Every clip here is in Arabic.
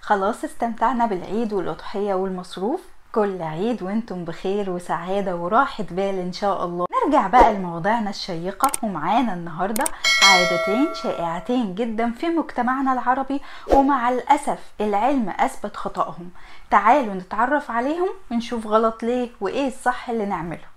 خلاص استمتعنا بالعيد والأضحية والمصروف. كل عيد وانتم بخير وسعادة وراحة بال ان شاء الله. نرجع بقى لمواضيعنا الشيقة، ومعانا النهاردة عادتين شائعتين جدا في مجتمعنا العربي، ومع الأسف العلم أثبت خطأهم. تعالوا نتعرف عليهم ونشوف غلط ليه وايه الصح اللي نعمله.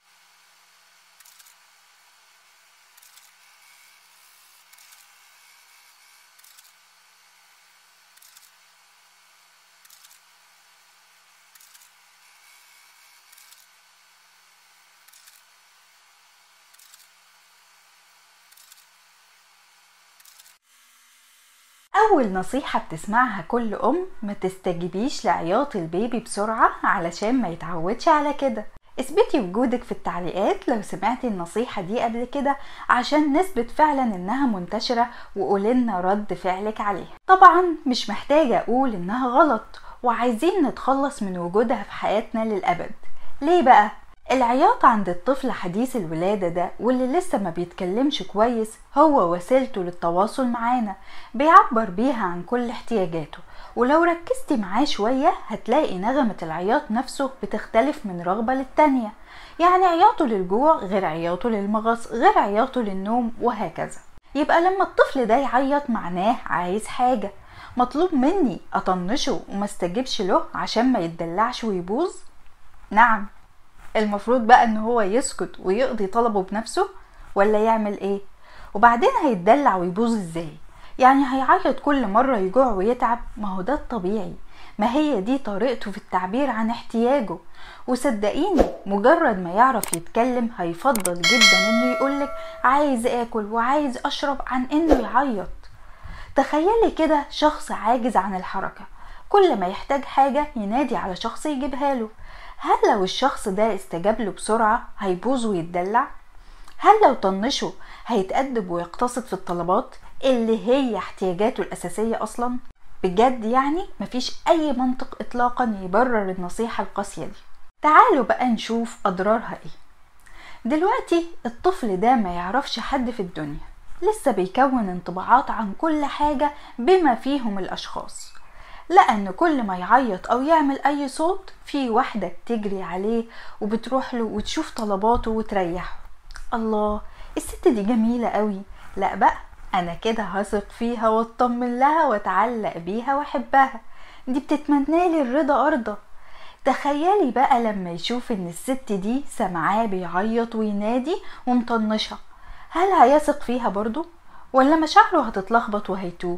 أول نصيحة بتسمعها كل أم: ما تستجيبيش لعياط البيبي بسرعة علشان ما يتعودش على كده. اثبتي وجودك في التعليقات لو سمعتي النصيحة دي قبل كده عشان نثبت فعلا انها منتشرة، وقولنا رد فعلك عليها. طبعا مش محتاجة اقول انها غلط، وعايزين نتخلص من وجودها في حياتنا للأبد. ليه بقى؟ العياط عند الطفل حديث الولادة ده واللي لسه ما بيتكلمش كويس هو وسيلته للتواصل معانا، بيعبر بيها عن كل احتياجاته. ولو ركزتي معاه شوية هتلاقي نغمة العياط نفسه بتختلف من رغبة للتانية، يعني عياطه للجوع غير عياطه للمغص غير عياطه للنوم وهكذا. يبقى لما الطفل ده يعيط معناه عايز حاجة. مطلوب مني اطنشه وما استجبش له عشان ما يتدلعش ويبوظ؟ نعم. المفروض بقى ان هو يسكت ويقضي طلبه بنفسه، ولا يعمل ايه؟ وبعدين هيتدلع ويبوظ ازاي؟ يعني هيعيط كل مرة يجوع ويتعب؟ ما هو ده الطبيعي، ما هي دي طريقته في التعبير عن احتياجه. وصدقيني مجرد ما يعرف يتكلم هيفضل جدا انه يقولك عايز اكل وعايز اشرب عن انه يعيط. تخيلي كده شخص عاجز عن الحركة، كل ما يحتاج حاجة ينادي على شخص يجيبها له. هل لو الشخص ده استجاب له بسرعة هيبوظ ويتدلع؟ هل لو طنشه هيتأدب ويقتصد في الطلبات اللي هي احتياجاته الأساسية أصلا؟ بجد يعني مفيش أي منطق إطلاقا يبرر النصيحة القاسية دي. تعالوا بقى نشوف أضرارها إيه. دلوقتي الطفل ده ما يعرفش حد في الدنيا، لسه بيكون انطباعات عن كل حاجة بما فيهم الأشخاص. لأن كل ما يعيط أو يعمل أي صوت في واحدة تجري عليه وبتروح له وتشوف طلباته وتريحه. الله، الست دي جميلة قوي، لا بقى أنا كده هثق فيها واطمن لها واتعلق بيها واحبها، دي بتتمنالي الرضا أرضى. تخيلي بقى لما يشوف ان الست دي سمعاه بيعيط وينادي ومطنشة، هل هيثق فيها برضو ولا مشاعره هتتلخبط وهيتوه؟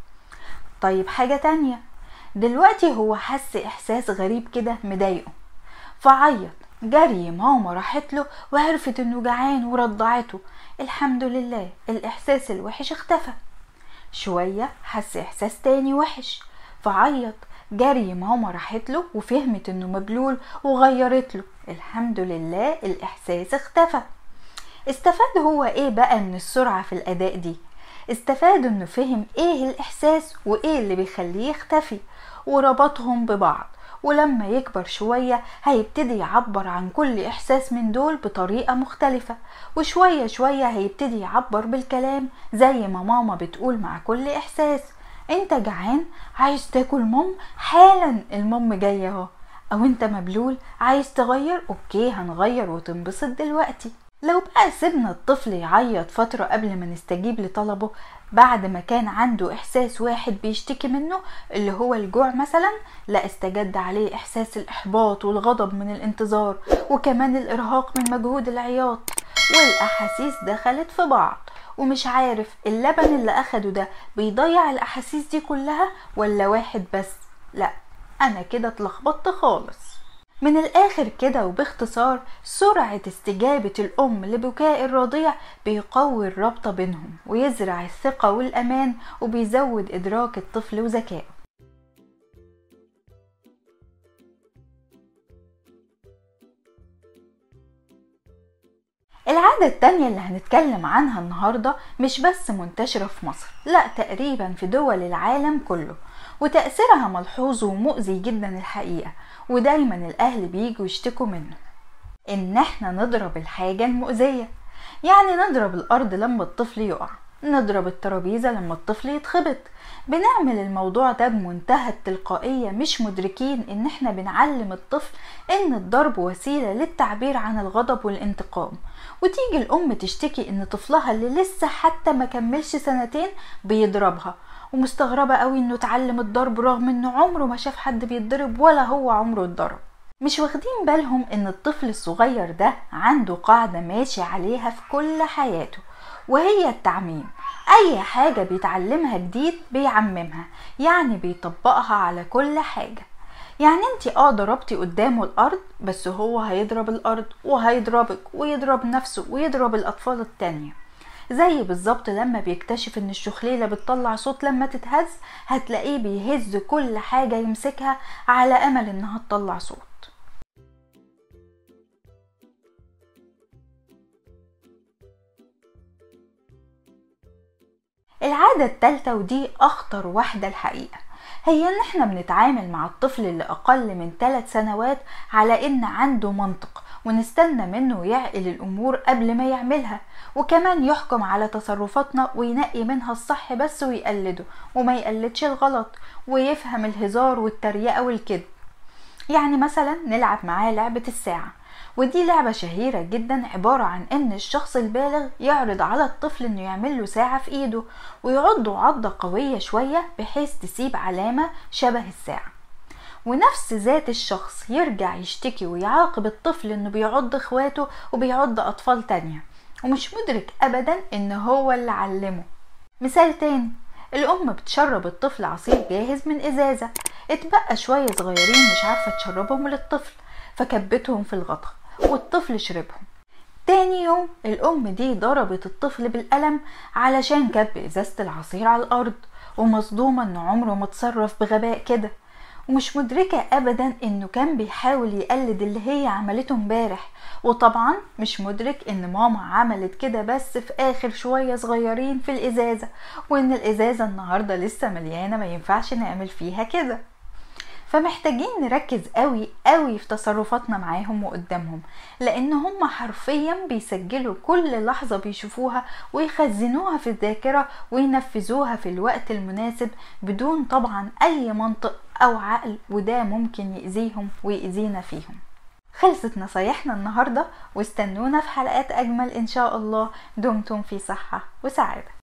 طيب حاجة تانية، دلوقتي هو حس احساس غريب كده مضايقه فعيط، جري ماما راحت له وعرفت انه جعان ورضعته. الحمد لله الاحساس الوحش اختفى. شوية حس احساس تاني وحش فعيط، جري ماما راحت له وفهمت انه مبلول وغيرت له. الحمد لله الاحساس اختفى. استفاد هو ايه بقى من السرعة في الاداء دي؟ استفاد انه فهم ايه الاحساس وايه اللي بيخليه يختفي وربطهم ببعض، ولما يكبر شوية هيبتدي يعبر عن كل احساس من دول بطريقة مختلفة، وشوية شوية هيبتدي يعبر بالكلام زي ما ماما بتقول مع كل احساس. انت جعان عايز تاكل مام؟ حالا المام جاية اهو. او انت مبلول عايز تغير؟ اوكي هنغير وتنبسط دلوقتي. لو بقى سيبنا الطفل يعيط فترة قبل ما نستجيب لطلبه، بعد ما كان عنده احساس واحد بيشتكي منه اللي هو الجوع مثلا، لا استجد عليه احساس الاحباط والغضب من الانتظار وكمان الارهاق من مجهود العياط، والاحاسيس دخلت في بعض ومش عارف اللبن اللي اخده ده بيضيع الاحاسيس دي كلها ولا واحد بس. لا انا كده اتلخبطت خالص. من الاخر كده وباختصار، سرعة استجابة الام لبكاء الرضيع بيقوي الرابطة بينهم ويزرع الثقة والامان وبيزود ادراك الطفل وذكائه. العادة التانية اللي هنتكلم عنها النهاردة مش بس منتشرة في مصر، لا تقريبا في دول العالم كله، وتأثيرها ملحوظ ومؤذي جدا الحقيقة، ودايما الأهل بيجوا يشتكوا منه. إن احنا نضرب الحاجة المؤذية، يعني نضرب الأرض لما الطفل يقع، نضرب الترابيزة لما الطفل يتخبط، بنعمل الموضوع ده بمنتهى التلقائية، مش مدركين ان احنا بنعلم الطفل ان الضرب وسيلة للتعبير عن الغضب والانتقام. وتيجي الام تشتكي ان طفلها اللي لسه حتى ما كملش 2 بيضربها، ومستغربة قوي انه اتعلم الضرب رغم انه عمره ما شاف حد بيتضرب ولا هو عمره اتضرب. مش واخدين بالهم ان الطفل الصغير ده عنده قاعدة ماشي عليها في كل حياته، وهي التعميم. اي حاجة بيتعلمها جديد بيعممها، يعني بيطبقها على كل حاجة. يعني انتي ضربتي قدامه الارض، بس هو هيضرب الارض وهيضربك ويضرب نفسه ويضرب الاطفال التانية. زي بالظبط لما بيكتشف ان الشخليلة بتطلع صوت لما تتهز، هتلاقيه بيهز كل حاجة يمسكها على امل انها تطلع صوت. العادة التالتة، ودي اخطر واحدة الحقيقة، هي ان احنا بنتعامل مع الطفل اللي اقل من 3 سنوات على ان عنده منطق، ونستنى منه يعقل الامور قبل ما يعملها، وكمان يحكم على تصرفاتنا وينقي منها الصح بس ويقلده، وما يقلدش الغلط، ويفهم الهزار والتريقة والكذب. يعني مثلا نلعب معاه لعبة الساعة، ودي لعبة شهيرة جدا، عبارة عن ان الشخص البالغ يعرض على الطفل انه يعمل له ساعة في ايده، ويعضه عضة قوية شوية بحيث تسيب علامة شبه الساعة، ونفس ذات الشخص يرجع يشتكي ويعاقب الطفل انه بيعض اخواته وبيعض اطفال تانية، ومش مدرك ابدا ان هو اللي علمه. مثال تاني، الام بتشرب الطفل عصير جاهز من ازازة، اتبقى شوية صغيرين مش عارفة تشربهم للطفل، فكبتهم في الغطا والطفل شربهم. تاني يوم الام دي ضربت الطفل بالقلم علشان كب ازازة العصير على الارض، ومصدومة انه عمره ما اتصرف بغباء كده، ومش مدركة ابدا انه كان بيحاول يقلد اللي هي عملته امبارح، وطبعا مش مدرك ان ماما عملت كده بس في اخر شوية صغيرين في الازازة، وان الازازة النهاردة لسه مليانة ما ينفعش نعمل فيها كده. فمحتاجين نركز قوي قوي في تصرفاتنا معاهم وقدامهم، لان هم حرفيا بيسجلوا كل لحظة بيشوفوها ويخزنوها في الذاكرة وينفذوها في الوقت المناسب بدون طبعا اي منطق او عقل، وده ممكن يأذيهم ويأذينا فيهم. خلصت نصايحنا النهاردة، واستنونا في حلقات اجمل ان شاء الله. دمتم في صحة وسعادة.